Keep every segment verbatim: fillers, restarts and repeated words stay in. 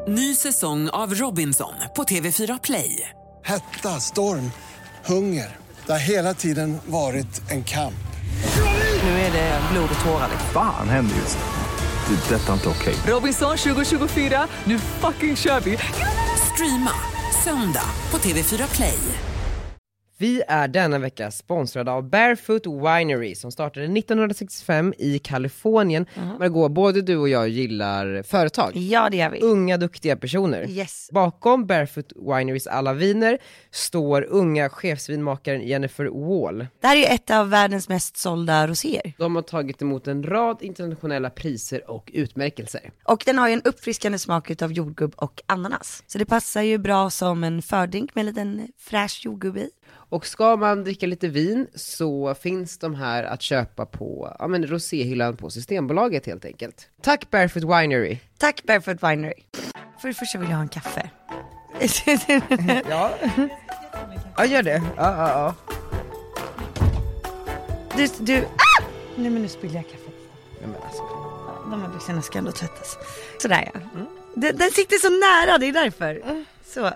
Ny säsong av Robinson på T V fyra Play. Hetta, storm, hunger. Det har hela tiden varit en kamp. Nu är det blod och tårar. Fan händer just det. Det är detta inte okej. Robinson tjugo tjugofyra, nu fucking kör vi. Streama söndag på T V fyra Play. Vi är denna vecka sponsrade av Barefoot Winery som startade nittonhundrasextiofem i Kalifornien. Uh-huh. Margot, både du och jag gillar företag. Ja, det gör vi. Unga, duktiga personer. Yes. Bakom Barefoot Winerys alla viner står unga chefsvinmakaren Jennifer Wall. Det här är ju ett av världens mest sålda roséer. De har tagit emot en rad internationella priser och utmärkelser. Och den har ju en uppfriskande smak utav jordgubb och ananas. Så det passar ju bra som en fördrink med en liten fräsch jordgubb i. Och ska man dricka lite vin så finns de här att köpa på ja, men roséhyllan på Systembolaget helt enkelt. Tack Barefoot Winery. Tack Barefoot Winery. För det första vill jag ha en kaffe. Ja. Ja, gör det. Ja, ja, ja. Du, du... Ah! Nej, men nu spiller jag kaffet. Ja, men alltså. De här byxorna ska ändå tvättas. Sådär, ja. Mm. Den, den sitter så nära, det är därför. Mm. Så.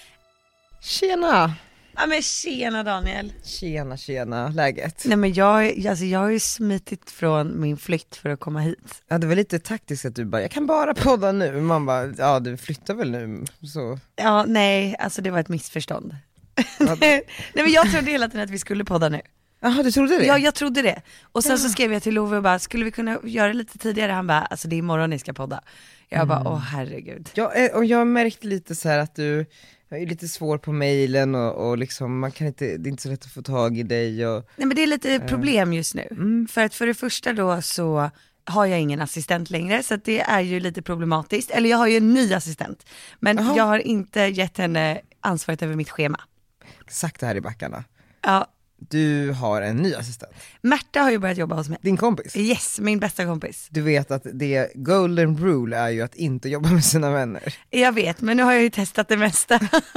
Tjena. Ja, men tjena Daniel. Tjena, tjena. Läget? Nej, men jag, alltså, jag har ju smitit från min flytt för att komma hit. Ja, det var lite taktiskt att du bara, jag kan bara podda nu. Man bara, ja du flyttar väl nu så. Ja, nej, alltså det var ett missförstånd. Ja. Nej, men jag trodde hela tiden att vi skulle podda nu. Jaha, du trodde det? Ja, jag trodde det. Och sen ja. så skrev jag till Love och bara, skulle vi kunna göra det lite tidigare? Han bara, alltså det är imorgon ni ska podda. Jag mm. bara, åh herregud. Ja, och jag har märkt lite så här att du är lite svår på mejlen och, och liksom, man kan inte, det är inte så lätt att få tag i dig. Och, nej, men det är lite äh. problem just nu. Mm. För att för det första då så har jag ingen assistent längre, så att det är ju lite problematiskt. Eller jag har ju en ny assistent, men Aha. jag har inte gett henne ansvaret över mitt schema. Exakt det här i backarna. Ja. Du har en ny assistent. Märta har ju börjat jobba hos mig. Din kompis? Yes, min bästa kompis. Du vet att det golden rule är ju att inte jobba med sina vänner. Jag vet, men nu har jag ju testat det mesta.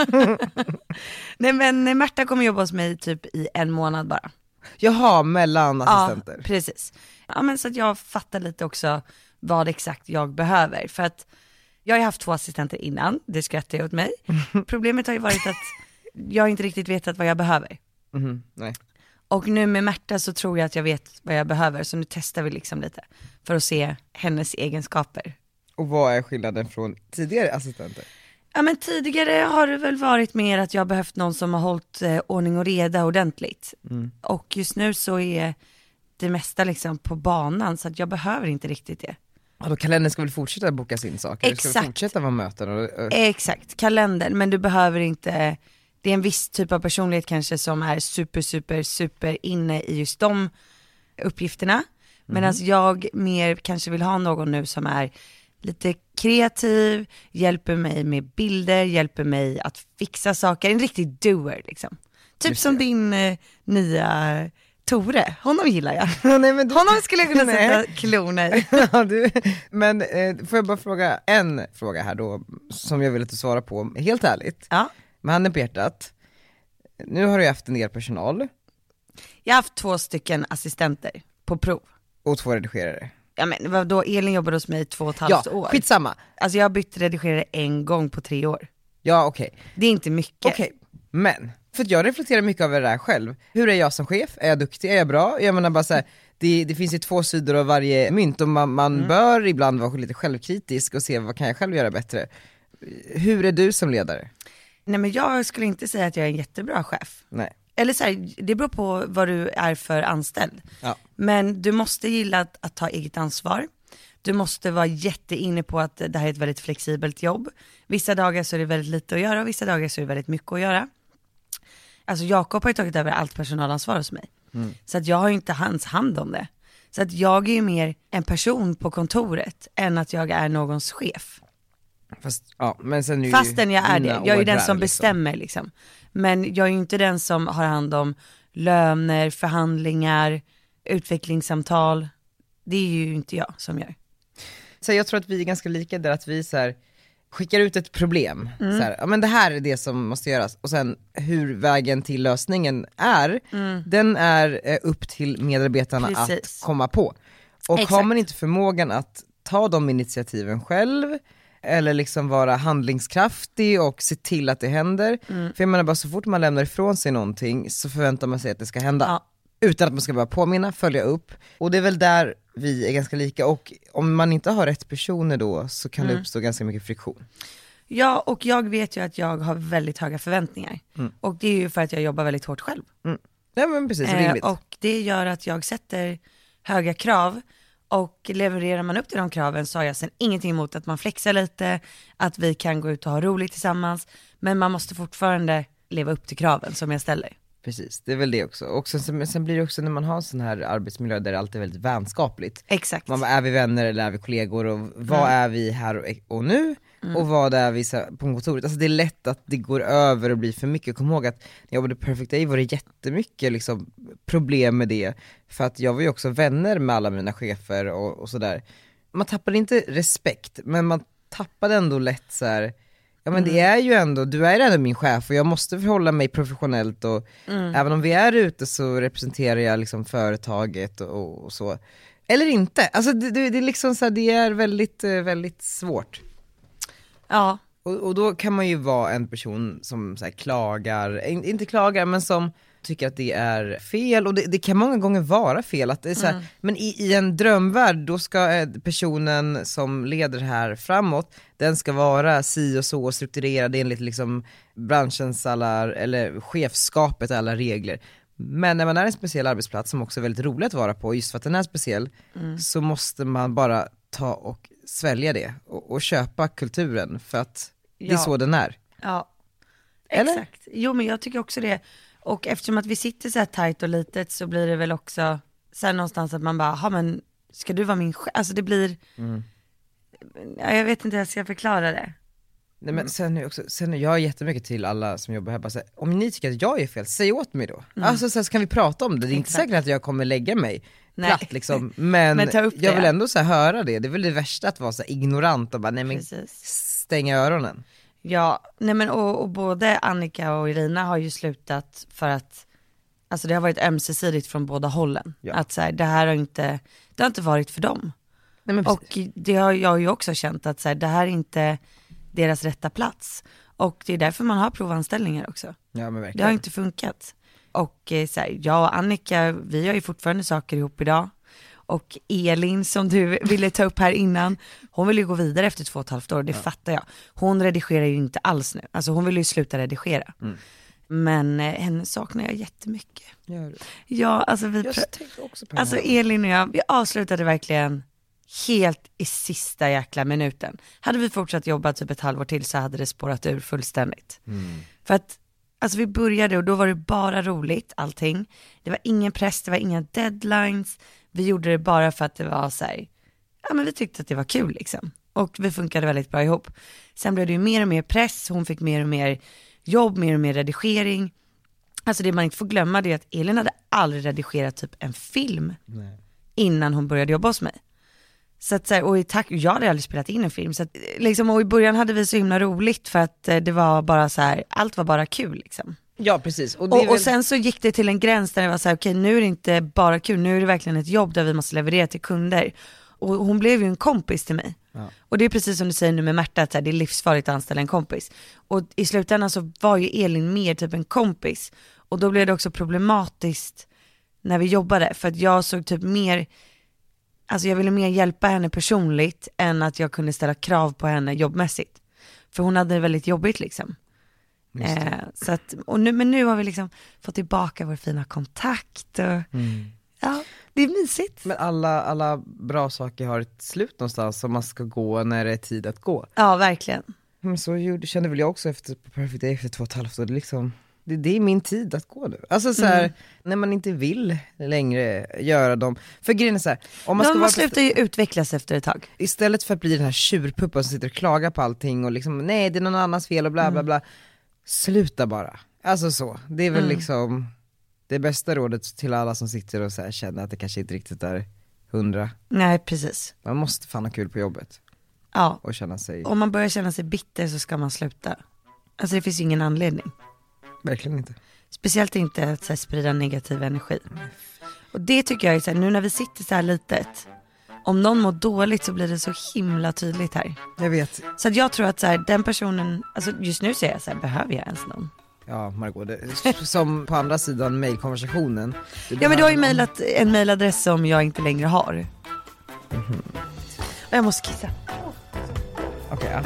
Nej, men Märta kommer jobba hos mig typ i en månad bara. Jaha, mellan assistenter. Ja, precis. Ja, men så att jag fattar lite också vad exakt jag behöver. För att jag har haft två assistenter innan, det skrattar jag åt mig. Problemet har ju varit att jag inte riktigt vetat vad jag behöver. Mm, nej. Och nu med Märta så tror jag att jag vet vad jag behöver. Så nu testar vi liksom lite för att se hennes egenskaper. Och vad är skillnaden från tidigare assistenter? Ja, men tidigare har det väl varit mer att jag har behövt någon som har hållit eh, ordning och reda ordentligt. Mm. Och just nu så är det mesta liksom på banan, så att jag behöver inte riktigt det. Ja, då kalendern ska väl fortsätta boka sin saker? Exakt. Ska fortsätta vara möten? Och, och... Exakt, kalendern, men du behöver inte. Det är en viss typ av personlighet kanske som är super, super, super inne i just de uppgifterna. Men mm. alltså jag mer kanske vill ha någon nu som är lite kreativ, hjälper mig med bilder, hjälper mig att fixa saker. En riktig doer liksom. Typ just som det. Din eh, nya Tore, honom gillar jag. Nej, men du... Honom skulle jag kunna sätta klorna i. Ja, du... Men eh, får jag bara fråga en fråga här då, som jag vill att du svarar på, helt ärligt. Ja. Med handen på hjärtat. Nu har du haft en del personal. Jag har haft två stycken assistenter på prov. Och två redigerare. Ja, men vadå, Elin jobbade hos mig i två och ett halvt ja, år. Skitsamma. Alltså jag har bytt redigerare en gång på tre år. Ja, okej. Okay. Det är inte mycket. Okej, okay. Men för att jag reflekterar mycket över det här själv. Hur är jag som chef? Är jag duktig? Är jag bra? Jag menar bara så här, det, det finns ju två sidor av varje mynt. Och man, man mm. bör ibland vara lite självkritisk och se vad kan jag själv göra bättre. Hur är du som ledare? Nej, men jag skulle inte säga att jag är en jättebra chef. Nej. Eller så här, det beror på vad du är för anställd. Ja. Men du måste gilla att, att ta eget ansvar. Du måste vara jätteinne på att det här är ett väldigt flexibelt jobb. Vissa dagar så är det väldigt lite att göra och vissa dagar så är det väldigt mycket att göra. Alltså Jakob har ju tagit över allt personalansvar hos mig. Mm. Så att jag har ju inte hans hand om det. Så att jag är ju mer en person på kontoret än att jag är någons chef. Fast, ja, men sen är Fastän jag är det. Jag är ju den som liksom. bestämmer liksom. Men jag är ju inte den som har hand om löner, förhandlingar, utvecklingssamtal. Det är ju inte jag som gör. Så jag tror att vi är ganska lika där, att vi så här, skickar ut ett problem. Mm. Så här, ja, men det här är det som måste göras. Och sen hur vägen till lösningen är, mm. den är eh, upp till medarbetarna Precis. Att komma på. Och Exakt. Har man inte förmågan att ta de initiativen själv, eller liksom vara handlingskraftig och se till att det händer. Mm. För jag menar bara så fort man lämnar ifrån sig någonting så förväntar man sig att det ska hända. Ja. Utan att man ska bara påminna, följa upp. Och det är väl där vi är ganska lika. Och om man inte har rätt personer då så kan mm. det uppstå ganska mycket friktion. Ja, och jag vet ju att jag har väldigt höga förväntningar. Mm. Och det är ju för att jag jobbar väldigt hårt själv. Mm. Ja men precis, eh, och det gör att jag sätter höga krav. Och levererar man upp till de kraven så har jag sen ingenting emot att man flexar lite. Att vi kan gå ut och ha roligt tillsammans. Men man måste fortfarande leva upp till kraven som jag ställer. Precis, det är väl det också. Och sen, sen blir det också när man har en sån här arbetsmiljö där det alltid är väldigt vänskapligt. Exakt. Man bara, är vi vänner eller är vi kollegor och vad mm. är vi här och, och nu? Mm. Och vad är vi så här, på kontoret? Alltså det är lätt att det går över och blir för mycket. Kom ihåg att när jag jobbade på Perfect Day var det jättemycket liksom, problem med det. För att jag var ju också vänner med alla mina chefer och, och sådär. Man tappade inte respekt, men man tappade ändå lätt så här. Ja men mm. det är ju ändå, du är ändå min chef och jag måste förhålla mig professionellt och mm. även om vi är ute så representerar jag liksom företaget och, och så. Eller inte, alltså det, det, det är liksom så här, det är väldigt, väldigt svårt. Ja. Och, och då kan man ju vara en person som så här klagar, inte klagar men som tycker att det är fel och det, det kan många gånger vara fel att det är så här, mm. men i, i en drömvärld då ska personen som leder det här framåt, den ska vara si och så strukturerad enligt liksom branschens alla, eller chefskapet alla regler. Men när man är en speciell arbetsplats som också är väldigt roligt att vara på, just för att den är speciell, mm. så måste man bara ta och svälja det och, och köpa kulturen för att det är ja. så den är. Ja, eller? Exakt. Jo men jag tycker också det. Och eftersom att vi sitter så här tajt och litet så blir det väl också så här någonstans att man bara, ja men ska du vara min chef? Alltså det blir, mm. ja, jag vet inte hur jag ska förklara det. Nej men sen är också, sen är jag jättemycket till alla som jobbar här, bara så här, om ni tycker att jag är fel, säg åt mig då. Mm. Alltså så, här, så kan vi prata om det, det är inte Exakt. säkert att jag kommer lägga mig platt liksom, men, men jag vill ändå så här, höra det, det är väl det värsta att vara så här, ignorant och bara, nej men Precis. stänga öronen. Ja, nej men och, och både Annika och Irina har ju slutat för att alltså det har varit ömsesidigt från båda hållen. Ja. Att så här, det här har inte det har inte varit för dem. Nej, men och det har jag ju också känt att så här, det här är inte deras rätta plats. Och det är därför man har provanställningar också. Ja, men verkligen. Det har inte funkat. Och så här, jag och Annika, vi har ju fortfarande saker ihop idag. Och Elin som du ville ta upp här innan, hon vill ju gå vidare efter två och ett halvt år, det ja. fattar jag. Hon redigerar ju inte alls nu, alltså hon vill ju sluta redigera. Mm. Men eh, henne saknar jag jättemycket. Gör du? Ja, alltså vi pr- också på Alltså Elin och jag, vi avslutade verkligen helt i sista jäkla minuten. Hade vi fortsatt jobba typ ett halvår till så hade det spårat ur fullständigt. Mm. För att alltså vi började och då var det bara roligt allting. Det var ingen press, det var inga deadlines. Vi gjorde det bara för att det var så här, ja men vi tyckte att det var kul liksom. Och vi funkade väldigt bra ihop. Sen blev det ju mer och mer press, hon fick mer och mer jobb, mer och mer redigering. Alltså det man inte får glömma det är att Elin hade aldrig redigerat typ en film Nej. innan hon började jobba hos mig. Så att så här, och i tack, jag hade aldrig spelat in en film. Så att, liksom, och i början hade vi så himla roligt för att det var bara så här, allt var bara kul liksom. Ja, precis. Och, det och, väl... och sen så gick det till en gräns där det var så här, okej, okay, nu är det inte bara kul, nu är det verkligen ett jobb där vi måste leverera till kunder. Och hon blev ju en kompis till mig. Ja. Och det är precis som du säger nu med Märta, att så här, det är livsfarligt att anställa en kompis. Och i slutändan så var ju Elin mer typ en kompis. Och då blev det också problematiskt när vi jobbade, för att jag såg typ mer, alltså jag ville mer hjälpa henne personligt än att jag kunde ställa krav på henne jobbmässigt. För hon hade det väldigt jobbigt liksom. Eh, så att, och nu, men nu har vi liksom fått tillbaka vår fina kontakt och, mm. ja, det är mysigt. Men alla, alla bra saker har ett slut någonstans som man ska gå när det är tid att gå. Ja, verkligen. Men så gjorde, kände väl jag också efter på Perfect Day efter två och ett halvt år, det, liksom, det, det är min tid att gå nu. Alltså så här, mm. när man inte vill längre göra dem. För grejen är så här, om man, ska man vara slutar ju utvecklas efter ett tag. Istället för att bli den här tjurpuppen som sitter och klagar på allting och liksom, nej det är någon annans fel och bla bla bla. Mm. Sluta bara. Alltså så. Det är väl mm. liksom det bästa rådet till alla som sitter och så här känner att det kanske inte riktigt är hundra. Nej, precis. Man måste fan ha kul på jobbet. Ja. Och känna sig... Om man börjar känna sig bitter så ska man sluta. Alltså det finns ju ingen anledning. Verkligen inte. Speciellt inte att så här, sprida negativ energi. Och det tycker jag är så här, nu när vi sitter så här litet om någon mår dåligt så blir det så himla tydligt här. Jag vet. Så att jag tror att så här, den personen, alltså just nu säger jag så här, behöver jag ens någon? Ja, Margot, det, som på andra sidan mejlkonversationen. Ja, men du har ju mejlat en mejladress som jag inte längre har. Mm-hmm. Och jag måste kissa. Okej, okay, ja.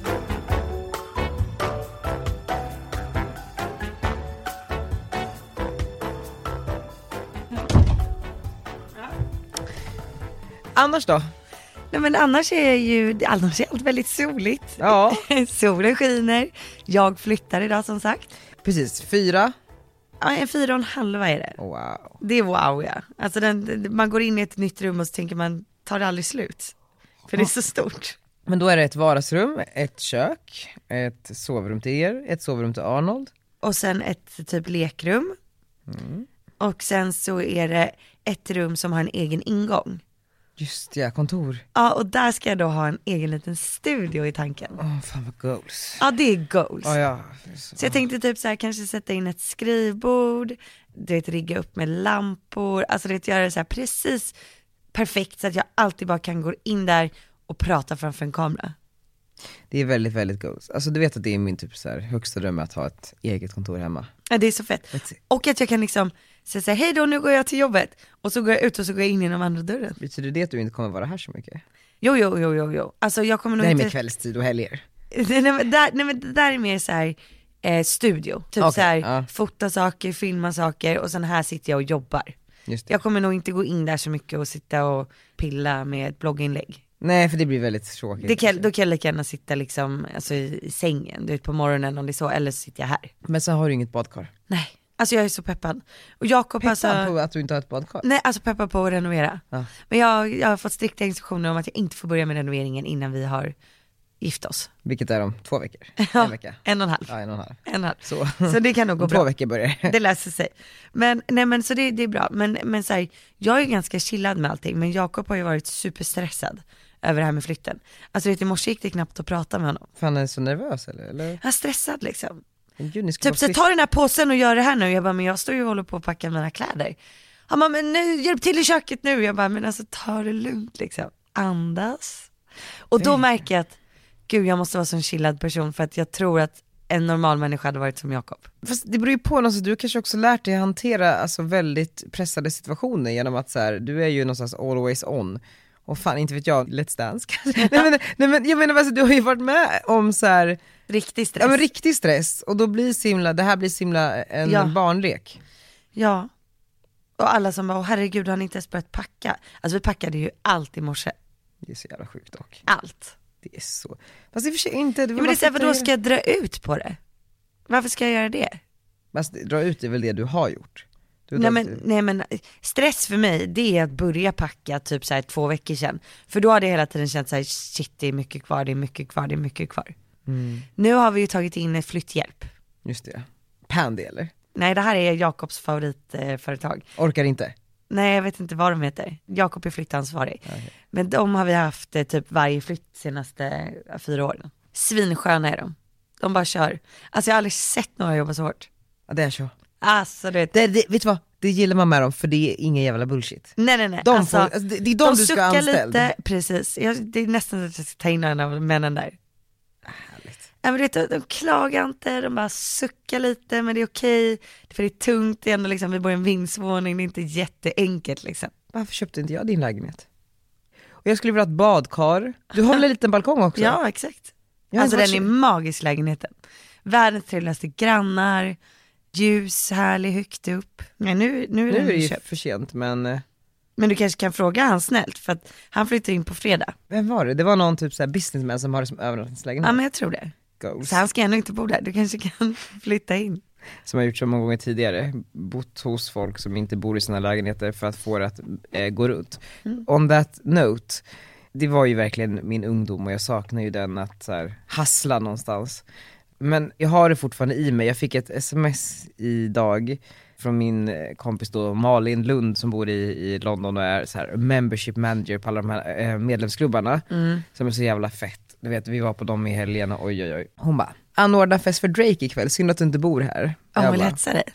Annars då? Nej, men annars är ju annars är allt väldigt soligt. Ja. Solen skiner. Jag flyttar idag som sagt. Precis, fyra. Ja, en fyra och en halva är det. Wow. Det är wow, ja. Alltså den, man går in i ett nytt rum och så tänker man, tar det aldrig slut? För det är så stort. Men då är det ett vardagsrum, ett kök, ett sovrum till er, ett sovrum till Arnold. Och sen ett typ lekrum. Mm. Och sen så är det ett rum som har en egen ingång. Just ja, kontor. Ja, och där ska jag då ha en egen liten studio i tanken. Åh, oh, fan vad goals. Ja, det är goals. Oh, ja. Så. så jag tänkte typ så här, kanske sätta in ett skrivbord, du vet, rigga upp med lampor, alltså det göra det så här precis perfekt så att jag alltid bara kan gå in där och prata framför en kamera. Det är väldigt, väldigt goals. Alltså du vet att det är min typ så här högsta dröm att ha ett eget kontor hemma. Ja, det är så fett. Och att jag kan liksom säga så här, hej då, nu går jag till jobbet. Och så går jag ut och så går jag in genom andra dörren. Betyder det att du inte kommer vara här så mycket? Jo, jo, jo, jo, jo. Alltså jag kommer nog det är inte... med kvällstid och helger. nej, men där, nej men det där är mer så här eh, studio. Typ okay, så här, ja. Fota saker, filma saker och sen här sitter jag och jobbar. Just det. Jag kommer nog inte gå in där så mycket och sitta och pilla med ett blogginlägg. Nej, för det blir väldigt tråkigt. Det kan, då kan jag lika gärna sitta liksom, alltså, i, i sängen, du vet, på morgonen om det är så, eller så sitter jag här. Men så har du inget badkar. Nej, alltså jag är så peppad. Och Jakob peppad alltså, på att du inte har ett badkar? Nej, alltså peppad på att renovera. Ja. Men jag, jag har fått strikta instruktioner om att jag inte får börja med renoveringen innan vi har gift oss. Vilket är om två veckor? Ja, en vecka? En och en halv. Ja, en och en halv. En och en halv. Så, så det kan nog gå bra. Två veckor börjar. Det läser sig. Men, nej, men så det, det är bra. Men, men så här, jag är ganska chillad med allting. Men Jakob har ju varit superstressad över det här med flytten. Alltså vet, i morse gick det knappt att prata med honom. Fan, är så nervös eller? eller? Jag är stressad liksom. Gud, typ så ta den här påsen och gör det här nu. Jag bara, men jag står ju och håller på att packa mina kläder. Han bara, men nu, hjälp till i köket nu. Jag bara, men alltså ta det lugnt liksom. Andas. Och då märker jag att gud, jag måste vara så en chillad person. För att jag tror att en normal människa hade varit som Jakob. Fast det beror ju på något, du kanske också lärt dig hantera alltså, väldigt pressade situationer. Genom att så här, du är ju någonstans always on. Och fan, inte vet jag, Let's Dance. nej, men, nej men jag menar, alltså, du har ju varit med om så här, riktig stress. Ja, men riktig stress. Och då blir simla, det här blir simla en ja. barnlek. Ja. Och alla som bara, åh herregud, har ni inte ens börjat packa? Alltså vi packade ju allt i morse. Det är så jävla sjukt dock. Allt. Det är så. Fast i och för sig inte. Det ja, men det är så här, då ska jag dra ut på det? Varför ska jag göra det? Fast dra ut är väl det du har gjort. Nej men, nej men stress för mig, det är att börja packa typ så här två veckor sedan. För då hade jag hela tiden känt så här, shit det är mycket kvar, det är mycket kvar, det är mycket kvar. Mm. Nu har vi ju tagit in ett flytthjälp. Just det. Pandy eller? Nej, det här är Jakobs favoritföretag. Orkar inte? Nej, jag vet inte vad de heter. Jakob är flyttansvarig. Okay. Men de har vi haft typ varje flytt senaste fyra åren. Svinsköna är de. De bara kör. Alltså jag har aldrig sett några jobba så hårt. Ja, det är så. Alltså det, det, det vet du vad? Det gillar man med dem för det är ingen jävla bullshit. Nej nej nej. De alltså, får, alltså, det, det är de, de du ska anställa. Lite, precis. Jag, det är nästan att jag ska ta in en av männen där. Härligt. Ja, men det, de klagar inte, de bara suckar lite, men det är okej. För det är tungt, det är ändå liksom, vi bor i en vindsvåning, det är inte jätteenkelt liksom. Varför köpte inte jag din lägenhet? Och jag skulle vilja ha ett badkar. Du har väl en liten balkong också? Ja, exakt. Alltså den är magisk, lägenheten. Världens trevligaste grannar, ljus, härlig, högt upp. Nej, nu, nu är nu det, är det ju köpt. för sent, men... Men du kanske kan fråga han snällt, för att han flyttar in på fredag. Vem var det? Det var någon typ så här businessman som har det som övernattningslägenhet. Ja, men jag tror det. Goals. Så han ska ändå inte bo där, du kanske kan flytta in. Som har gjort så många gånger tidigare, bott hos folk som inte bor i sina lägenheter för att få det att eh, gå runt. Mm. On that note, det var ju verkligen min ungdom och jag saknar ju den att så här, hassla någonstans. Men jag har det fortfarande i mig. Jag fick ett sms idag från min kompis då, Malin Lund, som bor i, i London och är så här membership manager på alla de här eh, medlemsklubbarna mm. som är så jävla fett. Du vet, vi var på dem i helgen och oj oj oj. Hon bara, anordna fest för Drake ikväll, synd att du inte bor här. Ja, hon vill hetsa dig.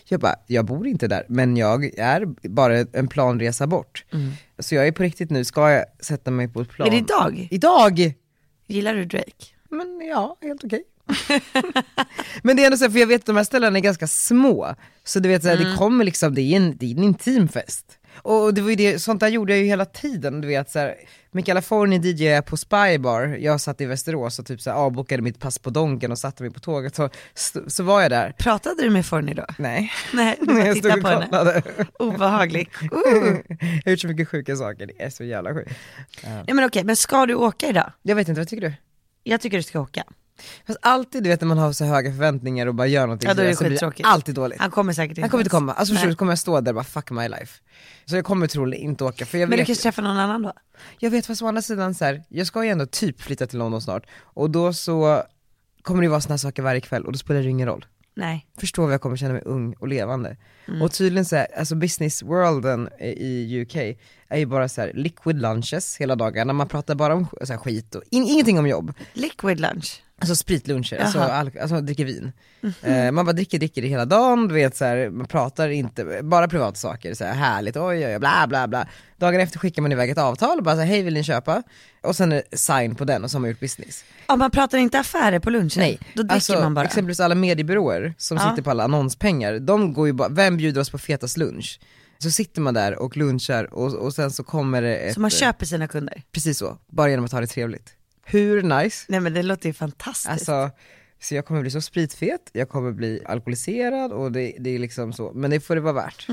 Jag bara, jag bor inte där, men jag är bara en planresa bort. Mm. Så jag är på riktigt nu, ska jag sätta mig på ett plan. Är det idag? Idag! Gillar du Drake? Men ja, helt okej. Men det är ändå så, för jag vet att de här ställena är ganska små. Så du vet, så här, mm. det kommer liksom, det är en, det är en intim fest. Och det var ju det, sånt där gjorde jag ju hela tiden. Du vet så här, med California D J på Spybar. Jag satt i Västerås och typ så här, avbokade mitt pass på Donken och satte mig på tåget. Så, så, så var jag där. Pratade du med Forni då? Nej. Nej, du bara tittade på henne. Obehaglig. Uh. Jag har gjort så mycket sjuka saker, det är så jävla sjukt. Ja. Ja, men okej, men ska du åka idag? Jag vet inte, vad tycker du? Jag tycker du ska åka. Fast alltid, du vet, när man har så höga förväntningar och bara gör någonting, ja, då är det så blir det alltid dåligt. Han kommer säkert inte. Han kommer inte komma, alltså förstås kommer jag stå där och bara fuck my life. Så jag kommer troligen inte åka, för jag Men vet, du kanske träffa någon annan då? Jag vet, fast å andra sidan så här, jag ska ju ändå typ flytta till London snart. Och då så kommer det vara såna här saker varje kväll, och då spelar det ingen roll. Nej. Förstår vad jag kommer känna mig ung och levande. Mm. Och tydligen så här, alltså business worlden i U K är ju bara så här liquid lunches hela dagen, när man pratar bara om så här skit och in, ingenting om jobb. Liquid lunch? Alltså spritluncher, alltså, al- alltså dricker vin. Mm-hmm. eh, Man bara dricker, dricker det hela dagen, du vet så här, man pratar inte, bara privata saker, så här, härligt, oj oj, bla bla bla. Dagen efter skickar man iväg ett avtal och bara så här, hej vill ni köpa? Och sen är det sign på den och så har man gjort business. Ja, man pratar inte affärer på lunchen? Nej, då dricker alltså, man bara. Exempelvis alla mediebyråer som ja. sitter på alla annonspengar, de går ju bara, vem bjuder oss på fetas lunch? Så sitter man där och lunchar och, och sen så kommer det ett, så man köper sina kunder? Precis så, bara genom att ha det trevligt. Hur nice? Nej men det låter ju fantastiskt. Alltså, så jag kommer bli så spritfet, jag kommer bli alkoholiserad och det, det är liksom så, men det får det vara värt.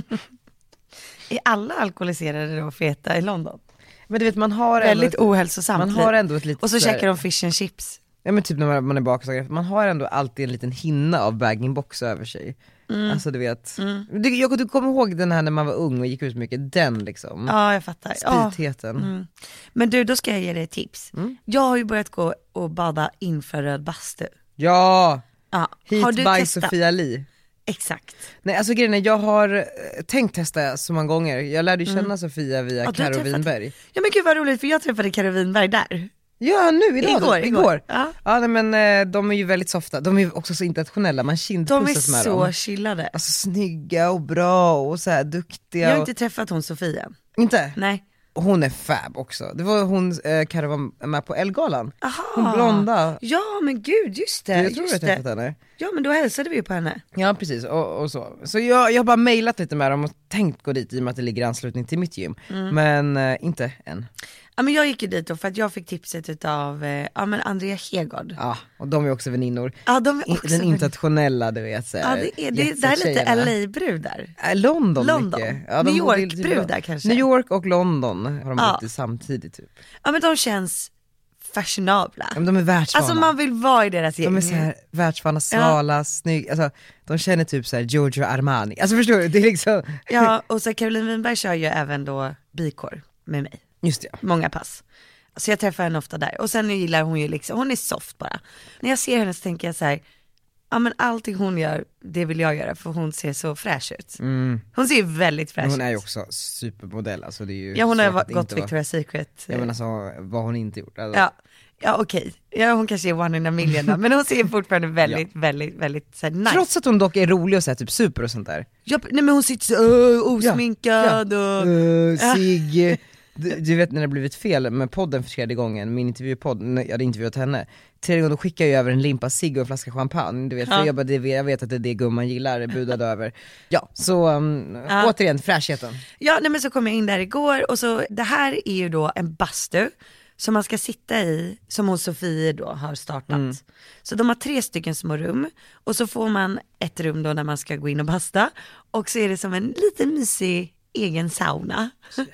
Är alla alkoholiserade då feta i London? Men du vet, man har väldigt ändå ohälsosamt. Man har ändå ett litet, och så käkar de fish and chips. Ja men typ när man är bakis, man har ändå alltid en liten hinna av bag-in-box över sig. Mm. Alltså du vet, mm. du, jag, du kommer ihåg den här när man var ung och gick ut mycket, den liksom. Ja, jag fattar. Spritheten. Ja. Mm. Men du, då ska jag ge dig ett tips. Mm. Jag har ju börjat gå och bada infraröd bastu. Ja, ja. Heat har du by testat? Sofia Li. Exakt. Nej, alltså grejen är, jag har tänkt testa så många gånger. Jag lärde ju känna mm. Sofia via ja, Karo Winberg. Ja men gud vad roligt, för jag träffade Karo Winberg där. Ja, nu idag. Igår. Igår. igår. Ja. ja nej, men de är ju väldigt softa. De är också så internationella. Man kindpussas med dem. De är så chillade. Alltså snygga och bra och så här duktiga. Jag har och... inte träffat hon Sofia. Inte? Nej. Hon är fab också. Det var hon, eh, Karo var med på Ellegalan. Hon blonda. Ja men gud, just det. Jag tror just jag har träffat henne. Ja men då hälsade vi ju på henne. Ja precis, och, och så. Så jag, jag har bara mejlat lite med dem och tänkt gå dit i och med att det ligger i anslutning till mitt gym. Mm. Men eh, inte än. Ja men jag gick ju dit då för att jag fick tipset utav eh, ja, men Andrea Hegard. Ja, och de är också väninnor. Ja, de är också Den internationella, du vet så här, ja, det är, det, det är lite L A-brudar. Äh, London, London. mycket. Ja, New York-brudar kanske. New York och London har de ja. bott samtidigt typ. Ja men de känns fashionabla. Ja, men de är världsvana. Alltså man vill vara i deras gäng. De är så här världsvana, svala, ja. snygg. Alltså de känner typ så här Giorgio Armani. Alltså förstår du, det är liksom. Ja, och så Caroline Winberg kör ju även då bikor med mig. Just det. Ja. Många pass. Så jag träffar henne ofta där. Och sen gillar hon ju liksom, hon är soft bara. När jag ser henne så tänker jag så här, ja men allting hon gör, det vill jag göra för hon ser så fräsch ut. Mm. Hon ser ju väldigt fräsch ut. Hon är ju också supermodell, alltså det är ju. Ja hon har gått Victoria's Secret. Jag menar alltså, vad hon inte gjort. Alltså. Ja, ja okej. Ja hon kanske är one in a million då, men hon ser fortfarande väldigt, ja. väldigt, väldigt så här, nice. Trots att hon dock är rolig och så här, typ super och sånt där. Ja, nej men hon sitter så uh, osminkad ja. och. Uh, sig. Du, du vet när det blivit fel med podden för tredje gången, min intervjupodd, när jag hade intervjuat henne. Tredje gången då skickade jag över en limpa cigg och en flaska champagne, du vet, ja. för jag, bara, det, jag vet att det är det gumman gillar, budade över. Ja, så um, ja. återigen, fräschheten. Ja, nej, men så kom jag in där igår och så, det här är ju då en bastu som man ska sitta i, som hos Sofie då har startat. Mm. Så de har tre stycken små rum och så får man ett rum då när man ska gå in och basta och så är det som en liten mysig egen sauna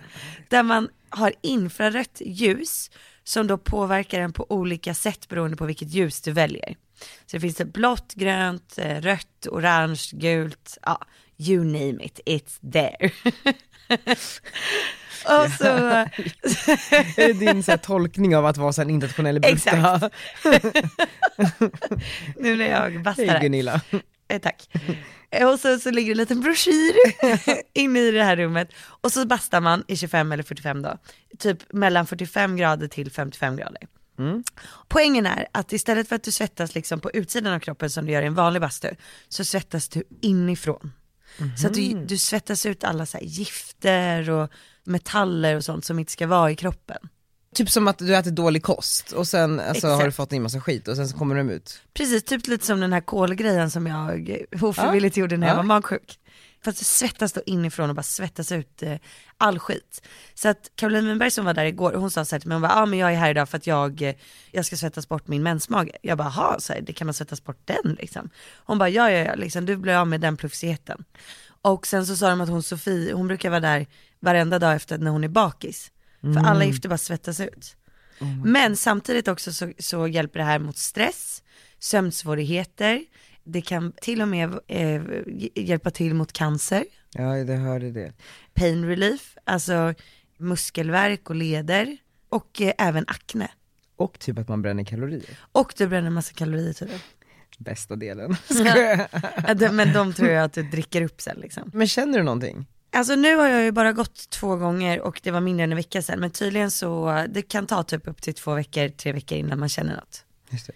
där man har infrarött ljus som då påverkar den på olika sätt beroende på vilket ljus du väljer. Så det finns det blått, grönt, rött, orange, gult, ja, you name it, it's there. Och så är det din så här, tolkning av att vara så en internationell brutta? Exakt. Nu när jag bastar. Hej Gunilla. Eh, tack. Och så, så ligger det en liten broschyr inne i det här rummet. Och så bastar man i tjugofem eller fyrtiofem då. Typ mellan fyrtiofem grader till femtiofem grader. Mm. Poängen är att istället för att du svettas liksom på utsidan av kroppen som du gör i en vanlig bastu, så svettas du inifrån. Mm-hmm. Så att du, du svettas ut alla så här gifter och metaller och sånt som inte ska vara i kroppen. Typ som att du äter dålig kost och sen alltså, har du fått in massa skit och sen så kommer de ut. Precis, typ lite som den här kolgrejen som jag ofrivilligt ja. gjorde när jag ja. var magsjuk. Fast du svettas då inifrån och bara svettas ut eh, all skit. Så att Caroline Winberg som var där igår, hon sa så här till mig, hon bara, ja ah, men jag är här idag för att jag, eh, jag ska svettas bort min mensmage. Jag bara, ha så här, det kan man svettas bort den liksom. Hon bara, ja ja ja, liksom, du blir av med den plufsigheten. Och sen så sa de att hon Sofie, hon brukar vara där varenda dag efter när hon är bakis. För mm. alla gifter bara svettas ut. Mm. Men samtidigt också så, så hjälper det här mot stress, sömnsvårigheter. Det kan till och med eh, hjälpa till mot cancer. Ja, det hörde det. Pain relief, alltså muskelvärk och leder. Och eh, även akne. Och typ att man bränner kalorier. Och du bränner massa kalorier till det. Bästa delen. Ja, men de tror jag att du dricker upp sen liksom. Men känner du någonting? Alltså nu har jag ju bara gått två gånger och det var mindre än en vecka sedan. Men tydligen så, det kan ta typ upp till två veckor, tre veckor innan man känner något. Just det.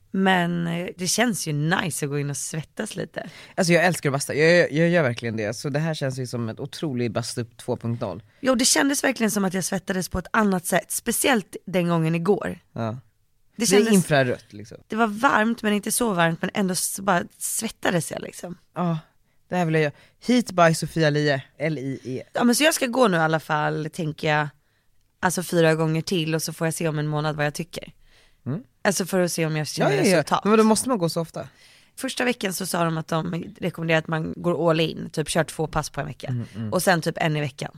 Men det känns ju nice att gå in och svettas lite. Alltså jag älskar att basta, jag, jag, jag gör verkligen det. Så det här känns ju som ett otroligt bastu två punkt noll. Jo, det kändes verkligen som att jag svettades på ett annat sätt. Speciellt den gången igår. Ja. Det, kändes, det är infrarött liksom. Det var varmt men inte så varmt, men ändå så bara svettades jag liksom. Ja, det här vill jag göra. Heat by Sofia Lie, L I E. Ja men så jag ska gå nu i alla fall, tänker jag. Alltså fyra gånger till och så får jag se om en månad vad jag tycker. Mm. Alltså för att se om jag känner ja, ja, ja. resultat. Men då måste man gå så ofta. Första veckan så sa de att de rekommenderar att man går all in. Typ kör två pass på en vecka. Mm, mm. Och sen typ en i veckan.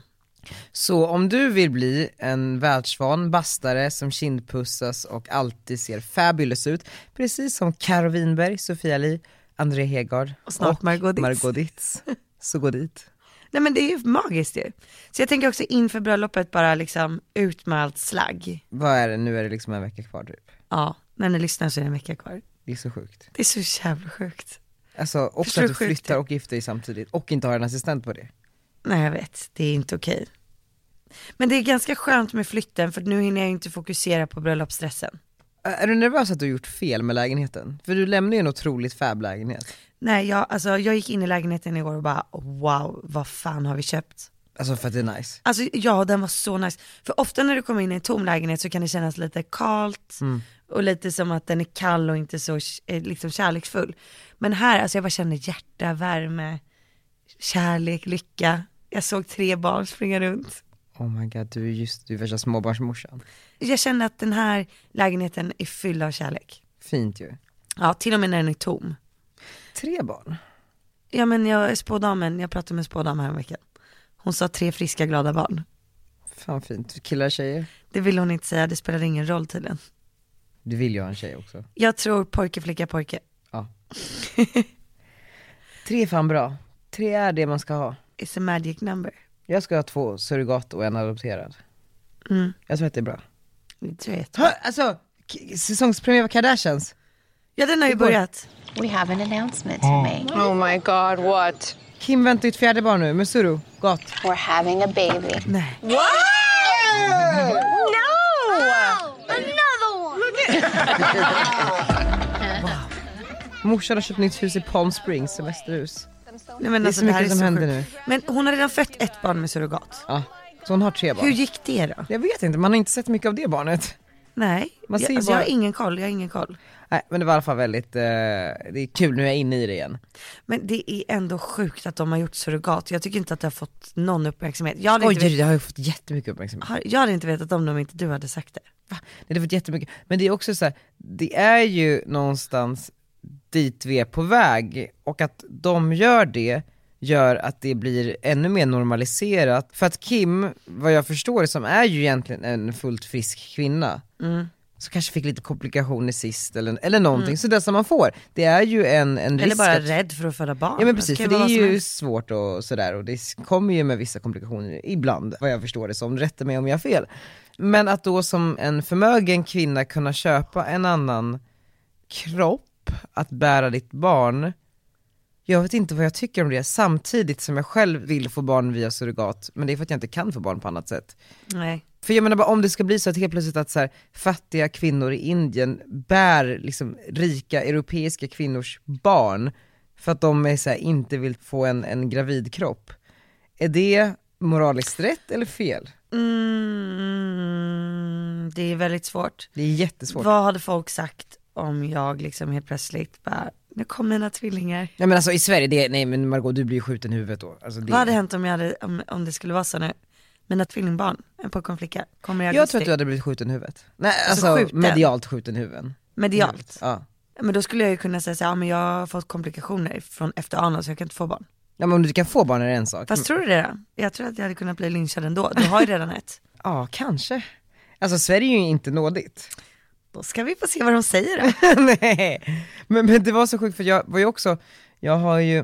Så om du vill bli en världsvan bastare som kindpussas och alltid ser fabulous ut, precis som Karo Winberg, Sofia Lie, André Hegard och snart Margot Ditz. Margot Ditz. Så gå dit. Nej men det är ju magiskt ju. Så jag tänker också inför bröllopet bara liksom ut med allt slagg. Vad är det? Nu är det liksom en vecka kvar typ. Ja, när ni lyssnar så är det en vecka kvar. Det är så sjukt. Det är så jävla sjukt. Alltså också Förstår att du flyttar sjukt. Och gifter dig samtidigt och inte har en assistent på det. Nej jag vet, det är inte okej. Men det är ganska skönt med flytten för nu hinner jag inte fokusera på bröllopsstressen. Är du nervös att du har gjort fel med lägenheten? För du lämnar ju en otroligt fab lägenhet. Nej, jag, alltså, jag gick in i lägenheten igår och bara wow, vad fan har vi köpt? Alltså för att det är nice. Alltså ja, den var så nice. För ofta när du kommer in i en tom lägenhet så kan det kännas lite kallt mm. och lite som att den är kall och inte så liksom kärleksfull. Men här, alltså jag bara kände hjärta, värme, kärlek, lycka. Jag såg tre barn springa runt. Oh my god, du är just, du är värsta småbarnsmorsan. Jag kände att den här lägenheten är fylld av kärlek. Fint ju. Ja, till och med när den är tom. Tre barn? Ja men jag är spådamen, jag pratade med spådam här en vecka. Hon sa tre friska, glada barn. Fan fint, killar, tjejer? Det ville hon inte säga, det spelade ingen roll tydligen. Du vill ju ha en tjej också. Jag tror pojke, flicka, pojke. Ja. Tre är fan bra. Tre är det man ska ha. It's a magic number. Jag ska ha två surrogat och en adopterad. Mm. Jag tror att det är bra. Jag tror att Hör, alltså, k- säsongspremiär av Kardashians. Ja, den har ju börjat. We have an announcement to make. Oh my god, what? Kim väntar ett fjärde barn nu med surrogat. We're having a baby. Nej. What? No! Another one! Wow. Morsan har köpt nytt hus i Palm Springs, semesterhus. Nej, men det är alltså, så mycket det här som är så händer sjukt. nu. Men hon har redan fött ett barn med surrogat. Ja, så hon har tre barn. Hur gick det då? Jag vet inte, man har inte sett mycket av det barnet. Nej, man ser jag, alltså, bara... jag har ingen koll, jag har ingen koll. Nej, men det var i alla fall väldigt, eh, det är kul, nu är jag inne i det igen. Men det är ändå sjukt att de har gjort surrogat. Jag tycker inte att det har fått någon uppmärksamhet. Jag hade Oj, inte vet... jag har ju fått jättemycket uppmärksamhet. Jag hade inte vetat om dem inte du hade sagt det. Va? Nej, det har fått jättemycket. Men det är också så här, det är ju någonstans dit vi är på väg. Och att de gör det gör att det blir ännu mer normaliserat. För att Kim, vad jag förstår som är ju egentligen en fullt frisk kvinna. Mm. Så kanske fick lite komplikationer sist eller, eller någonting, mm. så det som man får, det är ju en, en risk. Eller bara att... rädd för att föda barn. Ja men precis, för det är ju svårt och sådär, och det kommer ju med vissa komplikationer ibland, vad jag förstår det som, rätta mig om jag har fel. Men att då som en förmögen kvinna kunna köpa en annan kropp att bära ditt barn, jag vet inte vad jag tycker om det, samtidigt som jag själv vill få barn via surrogat, men det är för att jag inte kan få barn på annat sätt. Nej. För jag menar bara, om det ska bli så att helt plötsligt att så här, fattiga kvinnor i Indien bär liksom rika europeiska kvinnors barn för att de är så här, inte vill få en, en gravid kropp. Är det moraliskt rätt eller fel? Mm, det är väldigt svårt. Det är jättesvårt. Vad hade folk sagt om jag liksom helt plötsligt bara, nu kom mina tvillingar. Nej men alltså i Sverige, det, nej men Margot, du blir ju skjuten i huvudet då. Alltså, det... Vad hade hänt om, jag hade, om, om det skulle vara så nu? Mina tvillingbarn, en pojke och en flicka, kommer jag Jag tror att du hade blivit skjuten i huvudet. Nej alltså, alltså skjuten. medialt skjuten i huvudet. Medialt? Ja. Men då skulle jag ju kunna säga så här, ja, men jag har fått komplikationer från efter Arnold så jag kan inte få barn. Ja men om du kan få barn är det en sak. Fast tror du det då? Jag tror att jag hade kunnat bli lynchad ändå, du har ju redan ett. Ja, kanske. Alltså Sverige är ju inte nådigt. Då ska vi få se vad de säger då. Nej, men, men det var så sjukt för jag var ju också, jag har ju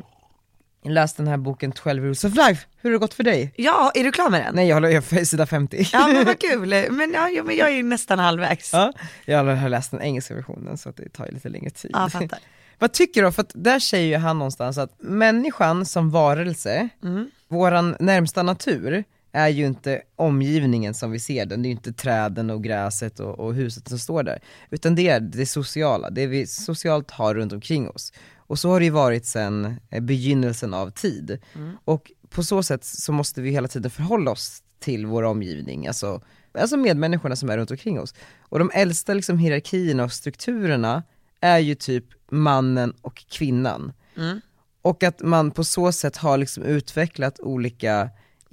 läst den här boken tolv Rules of Life. Hur har det gått för dig? Ja, är du klar med den? Nej, jag håller på sida femtio. Ja men vad kul, men, ja, ja, men jag är ju nästan halvvägs. Ja, jag har läst den engelska versionen så att det tar ju lite längre tid. Ja, fattar. Vad tycker du? För att där säger ju han någonstans att människan som varelse, mm. våran närmsta natur är ju inte omgivningen som vi ser den, det är ju inte träden och gräset och, och huset som står där, utan det är det sociala, det vi socialt har runt omkring oss. Och så har det ju varit sedan begynnelsen av tid. Mm. Och på så sätt så måste vi hela tiden förhålla oss till vår omgivning, alltså, alltså medmänniskorna som är runt omkring oss. Och de äldsta liksom hierarkierna och strukturerna är ju typ mannen och kvinnan. Mm. Och att man på så sätt har liksom utvecklat olika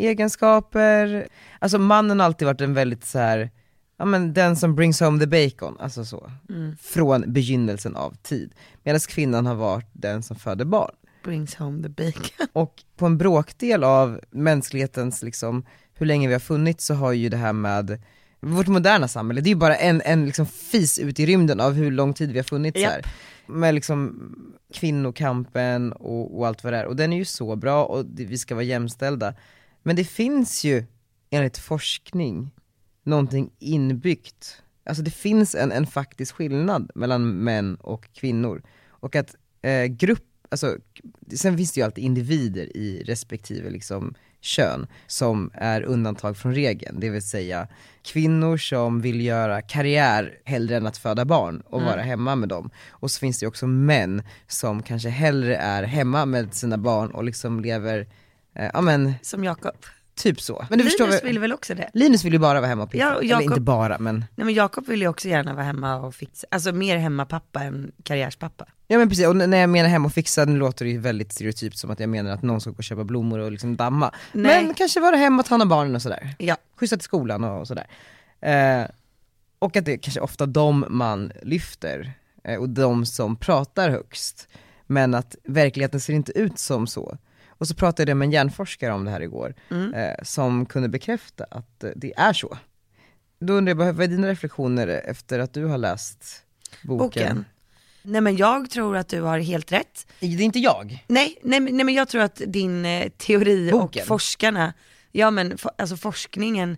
egenskaper. Alltså mannen har alltid varit en väldigt så här, ja men den som brings home the bacon, alltså så. Mm. Från begynnelsen av tid. Medan kvinnan har varit den som föder barn. Brings home the bacon. Och på en bråkdel av mänsklighetens liksom, hur länge vi har funnits, så har ju det här med vårt moderna samhälle, det är ju bara en, en liksom fis ut i rymden av hur lång tid vi har funnits yep. här. Med liksom kvinnokampen och, och allt vad det är. Och den är ju så bra och det, vi ska vara jämställda. Men det finns ju enligt forskning någonting inbyggt. Alltså det finns en, en faktisk skillnad mellan män och kvinnor. Och att eh, grupp, alltså sen finns det ju alltid individer i respektive liksom kön som är undantag från regeln. Det vill säga kvinnor som vill göra karriär hellre än att föda barn och mm. vara hemma med dem. Och så finns det också män som kanske hellre är hemma med sina barn och liksom lever eh, ja men som Jakob. Typ så. Men du Linus förstår, vill väl också det? Linus vill ju bara vara hemma och piffa. Ja, Jacob, eller inte bara, men... Nej men Jakob vill ju också gärna vara hemma och fixa. Alltså mer hemmapappa än karriärspappa. Ja men precis, och när jag menar hemma och fixa, nu låter det ju väldigt stereotypt som att jag menar att någon ska gå och köpa blommor och liksom damma. Nej. Men kanske vara hemma och ta hand om barnen och sådär. Ja. Skjutsa till skolan och sådär. Eh, och att det är kanske ofta de man lyfter eh, och de som pratar högst. Men att verkligheten ser inte ut som så. Och så pratade jag med en hjärnforskare om det här igår mm. eh, som kunde bekräfta att eh, det är så. Då undrar jag bara, vad är dina reflektioner efter att du har läst boken? boken. Nej men jag tror att du har helt rätt. Det är inte jag. Nej, nej, nej men jag tror att din eh, teori boken. Och forskarna, ja men for, alltså forskningen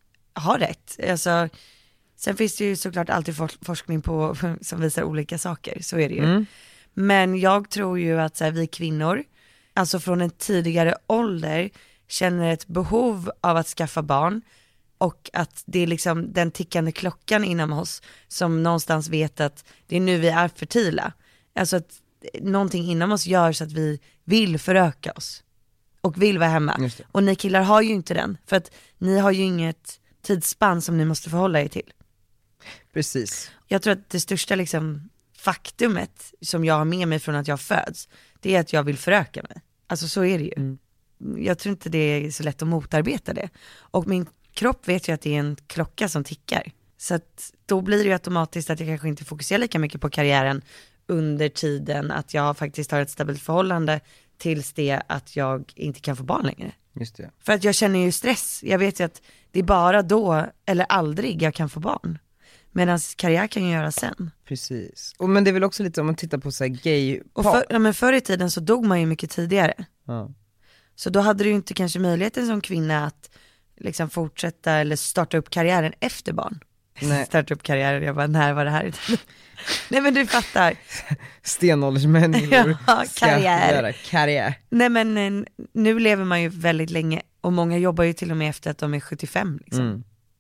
har rätt. Alltså, sen finns det ju såklart alltid for, forskning på som visar olika saker, så är det ju. Mm. Men jag tror ju att så här, vi kvinnor, alltså från en tidigare ålder, känner ett behov av att skaffa barn. Och att det är liksom den tickande klockan inom oss som någonstans vet att det är nu vi är fertila. Alltså att någonting inom oss gör så att vi vill föröka oss. Och vill vara hemma. Och ni killar har ju inte den. För att ni har ju inget tidsspann som ni måste förhålla er till. Precis. Jag tror att det största liksom faktumet som jag har med mig från att jag föds, det är att jag vill föröka mig. Alltså så är det ju. Mm. Jag tror inte det är så lätt att motarbeta det. Och min kropp vet ju att det är en klocka som tickar. Så att då blir det ju automatiskt att jag kanske inte fokuserar lika mycket på karriären under tiden att jag faktiskt har ett stabilt förhållande tills det att jag inte kan få barn längre. Just det. För att jag känner ju stress. Jag vet ju att det är bara då eller aldrig jag kan få barn. Medan karriär kan ju göra sen. Precis. Och men det är väl också lite om man tittar på så här gay och för, ja, men förr i tiden så dog man ju mycket tidigare. Ja. Så då hade du ju inte kanske möjligheten som kvinna att liksom fortsätta eller starta upp karriären efter barn. Nej. Starta upp karriären, jag bara, när var det här? Nej men du fattar. Stenåldersmänniskor ja, karriär. Göra karriär. Nej men nu lever man ju väldigt länge och många jobbar ju till och med efter att de är sjuttiofem liksom. Mm.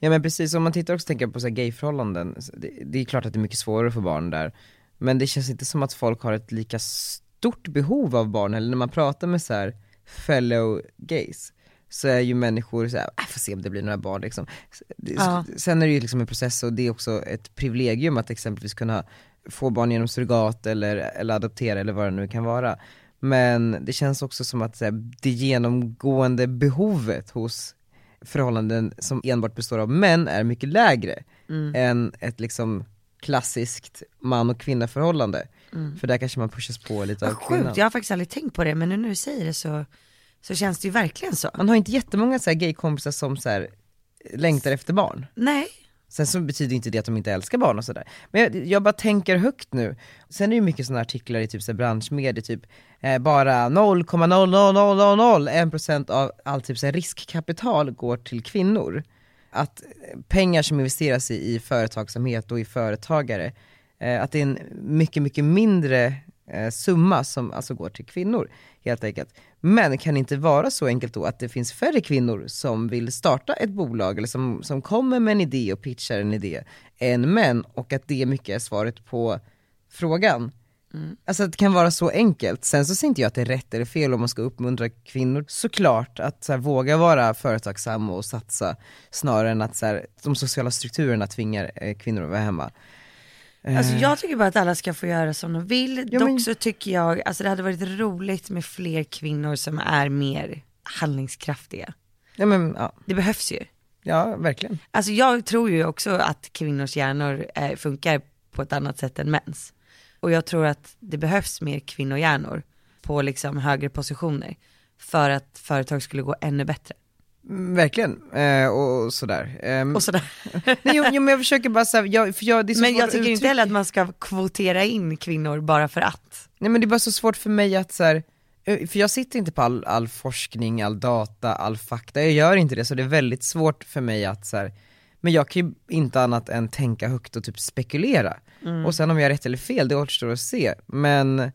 Ja men precis, om man tittar också tänker på så här gayförhållanden, det, det är klart att det är mycket svårare att få barn där, men det känns inte som att folk har ett lika stort behov av barn, eller när man pratar med så här fellow gays så är ju människor så här, äh, får se om det blir några barn liksom. Ja. Sen är det ju liksom en process, och det är också ett privilegium att exempelvis kunna få barn genom surrogat eller, eller adoptera eller vad det nu kan vara. Men det känns också som att så här, det genomgående behovet hos förhållanden som enbart består av män är mycket lägre mm. än ett liksom klassiskt man- och kvinnaförhållande. Mm. För där kanske man pushas på lite av kvinnan. Sjukt, jag har faktiskt aldrig tänkt på det, men nu när du säger det så, så känns det ju verkligen så. Man har inte jättemånga så här gaykompisar som så här längtar efter barn. Nej. Sen så betyder inte det att de inte älskar barn och sådär. Men jag, jag bara tänker högt nu. Sen är det ju mycket sådana artiklar i typ så här branschmedier, typ eh, bara noll komma noll noll noll noll noll en procent av allt typ så här riskkapital går till kvinnor. Att pengar som investeras i, i företagsamhet och i företagare, eh, att det är en mycket, mycket mindre eh, summa som alltså går till kvinnor, helt enkelt. Men kan det inte vara så enkelt då att det finns färre kvinnor som vill starta ett bolag eller som, som kommer med en idé och pitchar en idé än män, och att det mycket är svaret på frågan? Mm. Alltså att det kan vara så enkelt. Sen så ser inte jag att det är rätt eller fel om man ska uppmuntra kvinnor, såklart, att så här, våga vara företagsamma och satsa, snarare än att så här, de sociala strukturerna tvingar eh, kvinnor att vara hemma. Alltså jag tycker bara att alla ska få göra som de vill. Ja, Dock men... så tycker jag, alltså det hade varit roligt med fler kvinnor som är mer handlingskraftiga. Ja, men, ja. Det behövs ju. Ja, verkligen. Alltså jag tror ju också att kvinnors hjärnor eh, funkar på ett annat sätt än mäns. Och jag tror att det behövs mer kvinnohjärnor på liksom högre positioner för att företag skulle gå ännu bättre. Verkligen, eh, och sådär eh, Och sådär Nej, jo, jo, men jag försöker bara säga jag, för jag, det är så Men jag tycker uttryck... inte heller att man ska kvotera in kvinnor bara för att. Nej, men det är bara så svårt för mig att så här, för jag sitter inte på all, all forskning, all data, all fakta. Jag gör inte det, så det är väldigt svårt för mig att så här, men jag kan ju inte annat än tänka högt och typ spekulera. Mm. Och sen om jag är rätt eller fel, det återstår att se. Men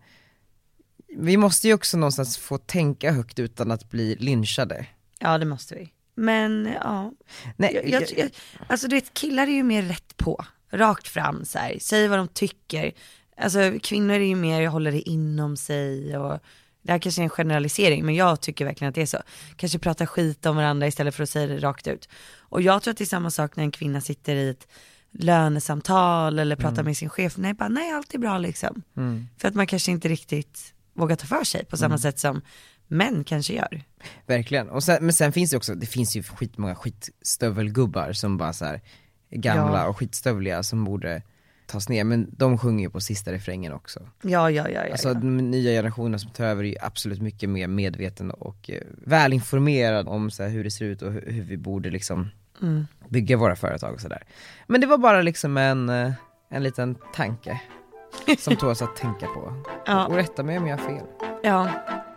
vi måste ju också någonstans få tänka högt utan att bli lynchade. Ja, det måste vi. Men ja, Nej, jag, jag, jag, alltså du vet, killar är ju mer rätt på, rakt fram så här, säger vad de tycker. Alltså kvinnor är ju mer, håller det inom sig, och det här kanske är en generalisering, men jag tycker verkligen att det är så. Kanske prata skit om varandra istället för att säga det rakt ut. Och jag tror att det är samma sak när en kvinna sitter i ett lönesamtal eller pratar mm. med sin chef. Nej, bara, nej, allt är bra liksom. Mm. För att man kanske inte riktigt vågar ta för sig på samma mm. sätt som män kanske gör. Verkligen. Och sen, men sen finns det också, det finns ju skitmånga skitstövelgubbar som bara så här gamla ja. och skitstövliga som borde tas ner, men de sjunger ju på sista refrängen också. Ja, ja, ja, ja. Alltså de nya generationer som tar över är ju absolut mycket mer medveten och eh, välinformerad om så här, hur det ser ut och hur, hur vi borde liksom mm. bygga våra företag och sådär. Men det var bara liksom en, en liten tanke som tog oss att tänka på. Ja. Och rätta mig om jag har fel. Ja.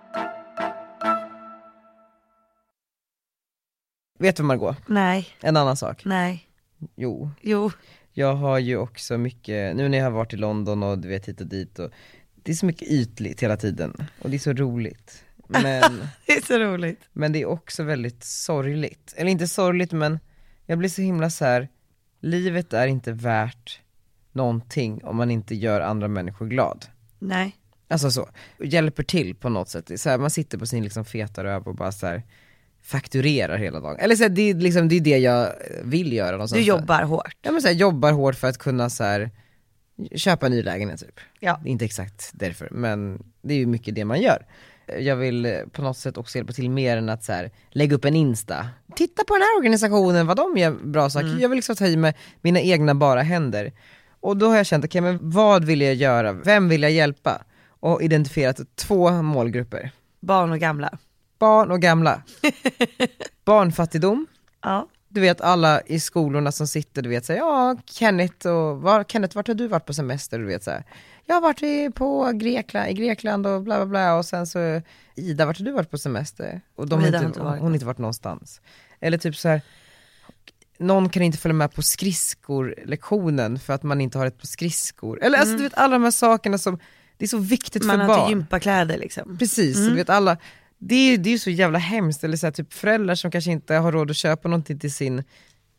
Vet du, Margot? Nej. En annan sak? Nej. Jo. Jo. Jag har ju också mycket, nu när jag har varit i London och du vet hit och dit, och det är så mycket ytligt hela tiden och det är så roligt. Men det är så roligt. Men det är också väldigt sorgligt. Eller inte sorgligt, men jag blir så himla så här, livet är inte värt någonting om man inte gör andra människor glad. Nej. Alltså så, hjälper till på något sätt. Så här, man sitter på sin liksom feta röv och bara så här fakturerar hela dagen. Eller så här, det är liksom det är det jag vill göra någonstans. Du jobbar hårt. Ja, men så här, jobbar hårt för att kunna så här köpa en ny lägenhet typ. Ja. Det är inte exakt därför, men det är ju mycket det man gör. Jag vill på något sätt också hjälpa till mer än att så här, lägga upp en Insta. Titta på den här organisationen, vad de gör bra saker. Mm. Jag vill liksom ta i med mina egna bara händer. Och då har jag känt, okej, okay, men vad vill jag göra? Vem vill jag hjälpa? Och identifierat två målgrupper. Barn och gamla. Barn och gamla. Barnfattigdom. Ja. Du vet alla i skolorna som sitter, du vet så här, ja, Kenneth och var, Kenneth, vart har du varit på semester? Du vet så här, jag har varit på Grekland, i Grekland och bla bla bla, och sen så Ida, vart har du varit på semester? Och de Ida har inte, har inte hon har inte varit någonstans. Eller typ så här, någon kan inte följa med på skridskor-lektionen för att man inte har ett par skridskor. Eller mm. alltså du vet alla de här sakerna som, det är så viktigt man för barn. Man har inte gympakläder liksom. Precis, mm. du vet alla. Det är, det är ju så jävla hemskt, eller så här, typ föräldrar som kanske inte har råd att köpa någonting till sin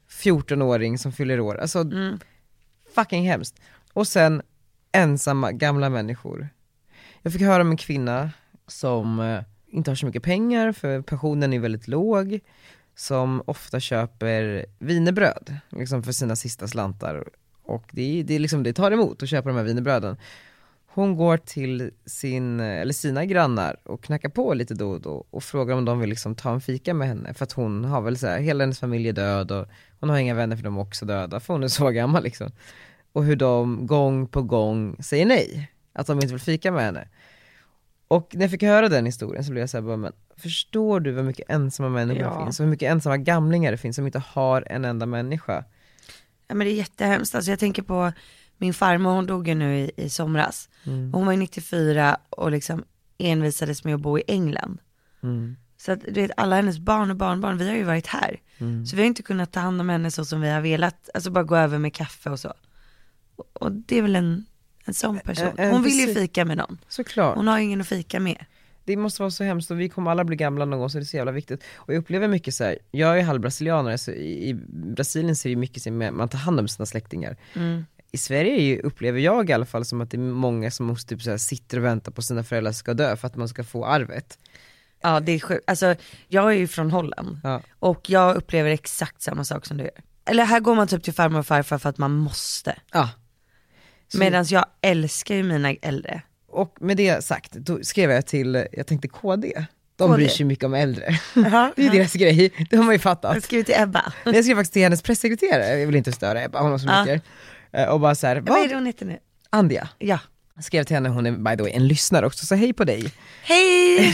fjortonåring som fyller år. Alltså Mm. fucking hemskt. Och sen ensamma gamla människor. Jag fick höra om en kvinna som eh, inte har så mycket pengar för pensionen är väldigt låg, som ofta köper wienerbröd liksom för sina sista slantar, och det, det, är liksom, det tar emot att köpa de här wienerbröden. Hon går till sin, eller sina grannar och knackar på lite då och då och frågar om de vill liksom ta en fika med henne, för att hon har väl så här, hela hennes familj är död och hon har inga vänner för de är också döda, för hon är så gammal liksom. Och hur de gång på gång säger nej, att de inte vill fika med henne. Och när jag fick höra den historien så blev jag så här, bara, men förstår du hur mycket ensamma människor Ja. det finns och hur mycket ensamma gamlingar det finns som inte har en enda människa? Ja, men det är jättehemskt. Alltså jag tänker på min farmor, hon dog ju nu i, i somras. Mm. Hon var nittiofyra och liksom envisades med att bo i England. Mm. Så att du vet, alla hennes barn och barnbarn, vi har ju varit här. Mm. Så vi har inte kunnat ta hand om henne så som vi har velat. Alltså bara gå över med kaffe och så. Och, och det är väl en, en sån person. Ä- ä- Hon vill ju precis. fika med någon. Såklart. Hon har ingen att fika med. Det måste vara så hemskt och vi kommer alla bli gamla någon gång, så det är så jävla viktigt. Och jag upplever mycket så här, jag är halvbrasilianare, så i, i Brasilien ser det mycket som man tar hand om sina släktingar. Mm. I Sverige är ju, upplever jag i alla fall, som att det är många som måste typ så här, sitter och väntar på sina föräldrar ska dö för att man ska få arvet. Ja, det är sjukt. Alltså jag är ju från Holland. Ja. Och jag upplever exakt samma sak som du gör. Eller här går man typ till farmor och farfar för att man måste. Ja. Så- Medan jag älskar ju mina äldre. Och med det sagt, då skrev jag till, jag tänkte K D. De K D. bryr sig mycket om äldre. Jaha, Det är ja. deras grej, det har man ju Jag fattat. skrev till Ebba. Men jag skrev faktiskt till hennes pressekreterare, jag vill inte störa Ebba, hon har så Ja. mycket. Eh, Och bara så här, Vad är det vad? hon heter nu? Andia. Ja. Jag skrev till henne, hon är by the way en lyssnare också, så hej på dig. Hej!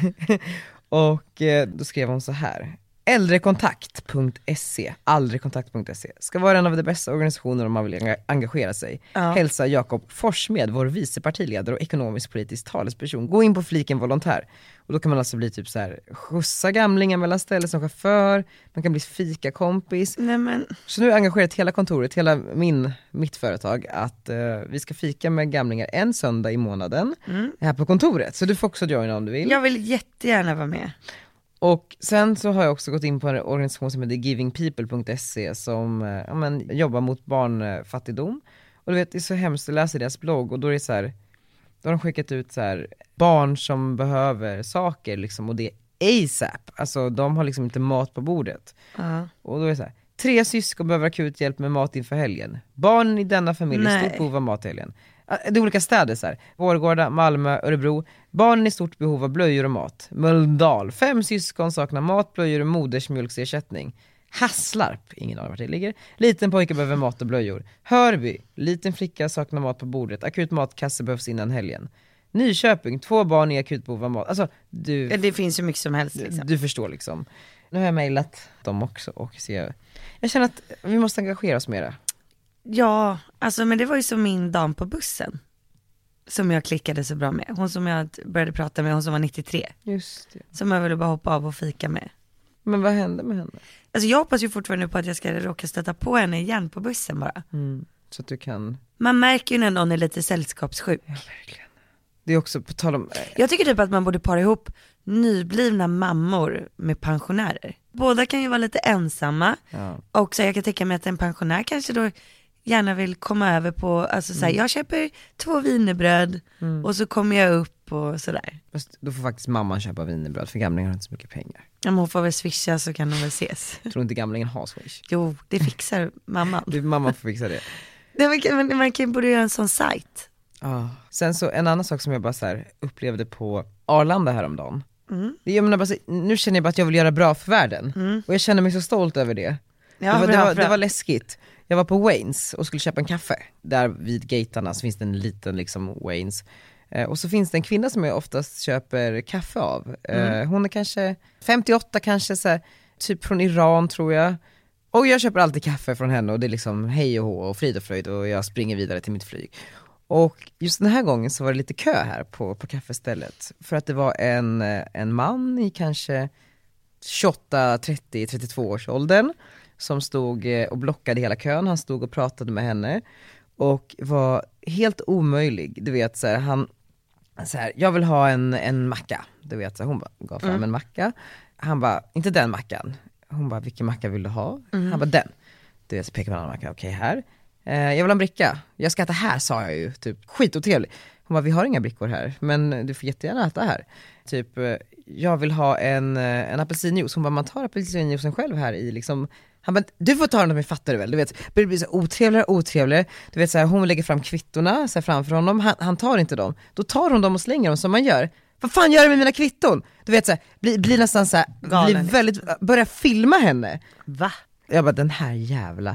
Och eh, då skrev hon så här: äldrekontakt punkt se, aldrigkontakt punkt se ska vara en av de bästa organisationerna om man vill enga- engagera sig. Ja. Hälsa Jakob Forssmed, vår vice partiledare och ekonomisk politisk talesperson. Gå in på fliken volontär. Och då kan man alltså bli typ så här, skjutsa gamlingar mellan ställen som chaufför, man kan bli fikakompis. Nej men, Så nu har jag engagerat hela kontoret, hela min, mitt företag, att eh, vi ska fika med gamlingar en söndag i månaden här på kontoret. Så du får också joina om du vill. jag vill jättegärna vara med. Och sen så har jag också gått in på en organisation som heter giving people punkt se som eh, ja, men, jobbar mot barnfattigdom. Och du vet, det är så hemskt att läsa deras blogg, och då är det så här, då har de skickat ut så här, barn som behöver saker liksom, och det är ASAP. Alltså de har liksom inte mat på bordet. Ja. Och då är det så här, tre syskon behöver akut hjälp med mat inför helgen. Barnen i denna familj är Nej. stort behov av mat i helgen. Ah, det är olika städer så här. Vårgårda, Malmö, Örebro. Barnen i stort behov av blöjor och mat. Mölndal, fem syskon saknar mat, blöjor och modersmjölksersättning. Hasslarp, ingen aning vart det ligger. Liten pojke behöver mat och blöjor. Hörby, liten flicka saknar mat på bordet. Akut matkasse behövs innan helgen. Nyköping, två barn i akut behov av mat. Alltså, du, Ja, det finns ju mycket som helst liksom. du förstår liksom. Nu har jag mejlat dem också och ser, jag känner att vi måste engagera oss mera. Ja, alltså men det var ju som min dam på bussen. Som jag klickade så bra med. Hon som jag började prata med, hon som var nittiotre. Just det. Som jag ville bara hoppa av och fika med. Men vad hände med henne? Alltså jag hoppas ju fortfarande på att jag ska råka stöta på henne igen på bussen bara. Mm. Så att du kan. Man märker ju när någon är lite sällskapssjuk. Det är också på tal om, Jag tycker typ att man borde para ihop nyblivna mammor med pensionärer. Båda kan ju vara lite ensamma. ja. Och så jag kan tänka mig att en pensionär kanske då gärna vill komma över på, alltså såhär, jag köper två wienerbröd och så kommer jag upp och sådär. Fast då får faktiskt mamman köpa wienerbröd, för gamlingar har inte så mycket pengar. Om hon får väl swisha så kan de väl ses. Jag tror inte gamlingen har swish. Jo, det fixar mamman. Du, mamman får fixa det. Nej, man kan, man, man kan borde göra en sån sajt. Ah. Sen så en annan sak som jag bara så här upplevde på Arlanda häromdagen. Mm. Det, jag menar bara så, nu känner jag bara att jag vill göra bra för världen. Mm. Och jag känner mig så stolt över det. Ja, det, var, bra, det, var, bra. det var läskigt. Jag var på Waynes och skulle köpa en kaffe. Där vid gaterna så finns det en liten liksom Waynes. Eh, och så finns det en kvinna som jag oftast köper kaffe av. Eh, Mm. Hon är kanske femtioåtta, kanske så här, typ från Iran tror jag. Och jag köper alltid kaffe från henne och det är liksom hej och hå och frid och fröjd och jag springer vidare till mitt flyg. Och just den här gången så var det lite kö här på, på kaffestället. För att det var en, en man i kanske tjugoåtta, trettio, trettiotvå års åldern som stod och blockade hela kön. Han stod och pratade med henne och var helt omöjlig. Du vet så här, han så här, jag vill ha en, en macka. Du vet så här, hon bara, gav fram Mm. en macka. Han bara, inte den mackan. Hon bara, vilken macka vill du ha? Mm. Han bara, den. Du vet, så pekar man okej okay, här. Eh, jag vill ha en bricka. Jag ska äta här, sa jag ju. Typ, skitotrevligt. Hon bara, vi har inga brickor här, men du får jättegärna äta här. Typ, eh, jag vill ha en, en apelsinjuice. Hon bara, man tar apelsinjuicen själv här i liksom. Han bara, du får ta den, men fattar du väl? Du vet, det blir så otrevligare och otrevligare. Du vet, så här, hon lägger fram kvittorna så här, framför honom. Han, han tar inte dem. Då tar hon dem och slänger dem som man gör. Vad fan gör du med mina kvitton? Du vet, så här, blir, blir nästan så här, blir väldigt, börjar filma henne. Va? Jag bara, den här jävla,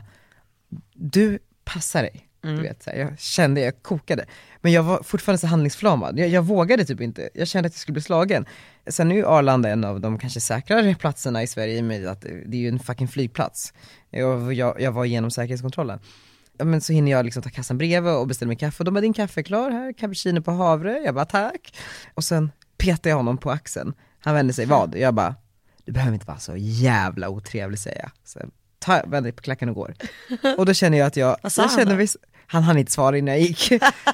du passar dig. Mm. Du vet, så här, jag kände, jag kokade. Men jag var fortfarande så handlingsförlamad. Jag, jag vågade typ inte. Jag kände att jag skulle bli slagen. Sen är ju Arlanda en av de kanske säkrare platserna i Sverige, med att det är ju en fucking flygplats. Jag, jag, jag var igenom säkerhetskontrollen. Ja, men så hinner jag liksom ta kassan bredvid och beställa mig kaffe. Och de bara, din kaffe är klar här, cappuccino på havre. Jag bara, tack. Och sen petar jag honom på axeln. Han vänder sig, vad? Jag bara, du behöver inte vara så jävla otrevlig, säger jag. Så ta, vänder på klacken och går. Och då känner jag att jag, vad sa jag han känner då? viss, han hann inte svara innan jag gick.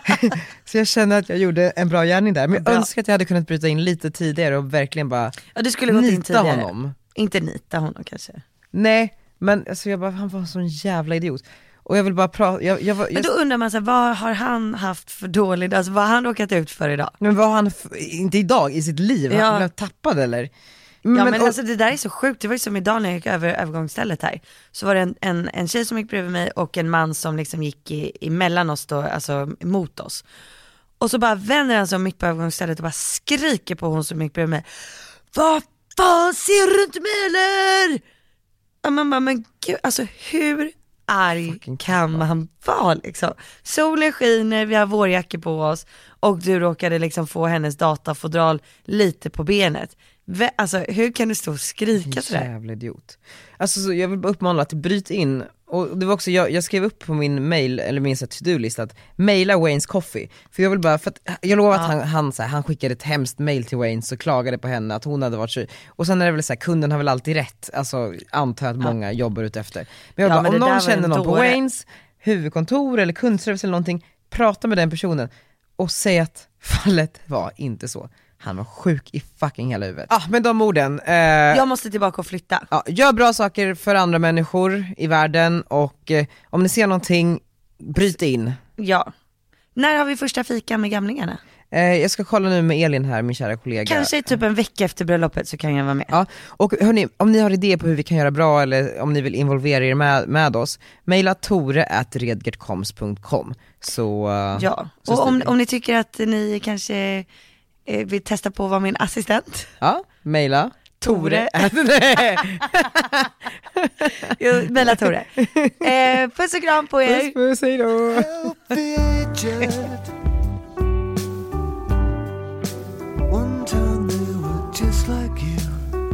Så jag känner att jag gjorde en bra gärning där. Men jag bra. önskar att jag hade kunnat bryta in lite tidigare och verkligen bara Ja, du skulle gått in nita tidigare. honom. Inte nita honom kanske. Nej, men alltså jag bara, han var en sån jävla idiot. Och jag vill bara prata, jag, jag, jag, Men då undrar man så här, vad har han haft för dåligt, alltså vad har han råkat ut för idag? men vad har han, f- inte idag, i sitt liv? Ja. Han blev tappad eller? Ja men och- alltså det där är så sjukt, det var ju som idag när jag gick över övergångsstället här. Så var det en, en, en tjej som gick bredvid mig och en man som liksom gick i, emellan oss då, alltså mot oss. Och så bara vänder han sig om mitt på övergångsstället och bara skriker på hon som gick bredvid mig. Vad fan, ser du inte mig eller? Och man bara, men gud, alltså hur arg kan man vara liksom? Solen skiner, vi har vårjackor på oss och du råkade liksom få hennes datafodral lite på benet. V- alltså hur kan du stå och skrika sådär? Jävla idiot. Alltså så jag vill bara uppmana att bryt in. Och det var också, jag, jag skrev upp på min mail, eller min så här to-do-lista, att maila Waynes Coffee. För jag vill bara, för att jag lovar att Ja. han, han, så här, han skickade ett hemskt mail till Waynes och klagade på henne att hon hade varit så. Och sen är det väl så här, kunden har väl alltid rätt. Alltså antar jag att många jobbar ut efter. Men jag Ja, bara, men om det där någon var en känner någon på dåre. Waynes huvudkontor eller kundservice eller någonting, prata med den personen och säg att fallet var inte så. Han var sjuk i fucking hela huvudet. Ja, ah, men de orden. Eh, Jag måste tillbaka och flytta. ja, gör bra saker för andra människor i världen och eh, om ni ser någonting, bryt in. Ja. När har vi första fika med gamlingarna? Eh, jag ska kolla nu med Elin här, min kära kollega. Kanske typ en vecka efter bröllopet så kan jag vara med. Ja, och hörni, om ni har idéer på hur vi kan göra bra eller om ni vill involvera er med, med oss, mejla tore at redgertkoms punkt com. Så, eh, Ja, så och om, styr vi. om ni tycker att ni kanske eh, vill testa på att vara min assistent. Ja, mejla Tore. Nej. Jo, mejla Tore. Eh, puss och kram på er. Puss, puss, hej då. Help the aged. One time they were just like you.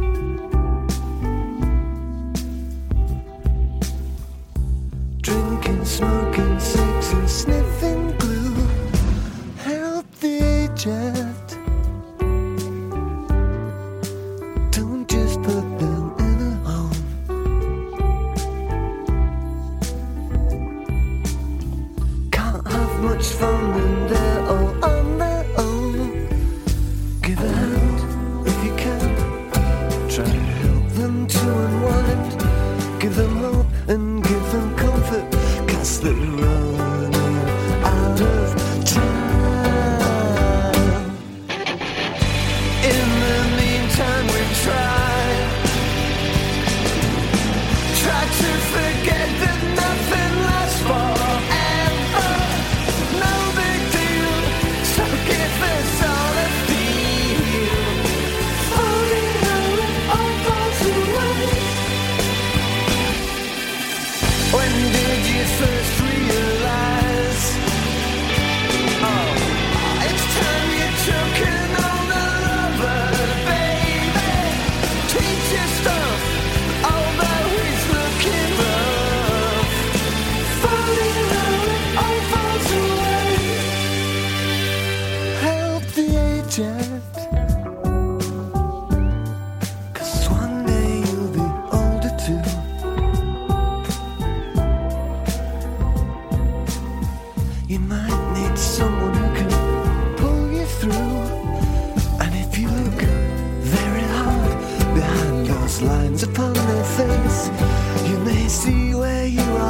Drinking, smoking, sex and sniffing glue. Help the aged. Don't just put them in a home. Can't have much fun when they're all on their own. Give a hand if you can. Try to help them to unwind. Give them hope and give them comfort. Cause they're running out of time. In the meantime we try. Try to forget that nothing lasts forever. No big deal. So give us all a feel. Falling out all falls away. When did you first realize? Oh, it's time you took another lover, baby. Teach your stuff, although he's looking rough. Falling out, it all falls away. Help the aged. 'Cause one day you'll be older too. You might need someone who can pull you through. And if you look very hard behind those lines upon their face, you may see where you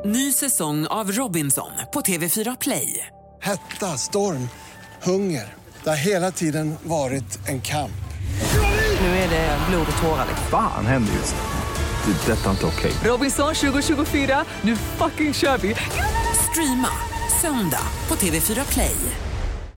Ny säsong av Robinson på T V fyra Play. Hetta, storm, hunger. Det har hela tiden varit en kamp. Nu är det blod och tårar. Fan händer just det. Det är detta inte okej. Robinson tjugo tjugofyra, nu fucking kör vi. Streama söndag på T V fyra Play.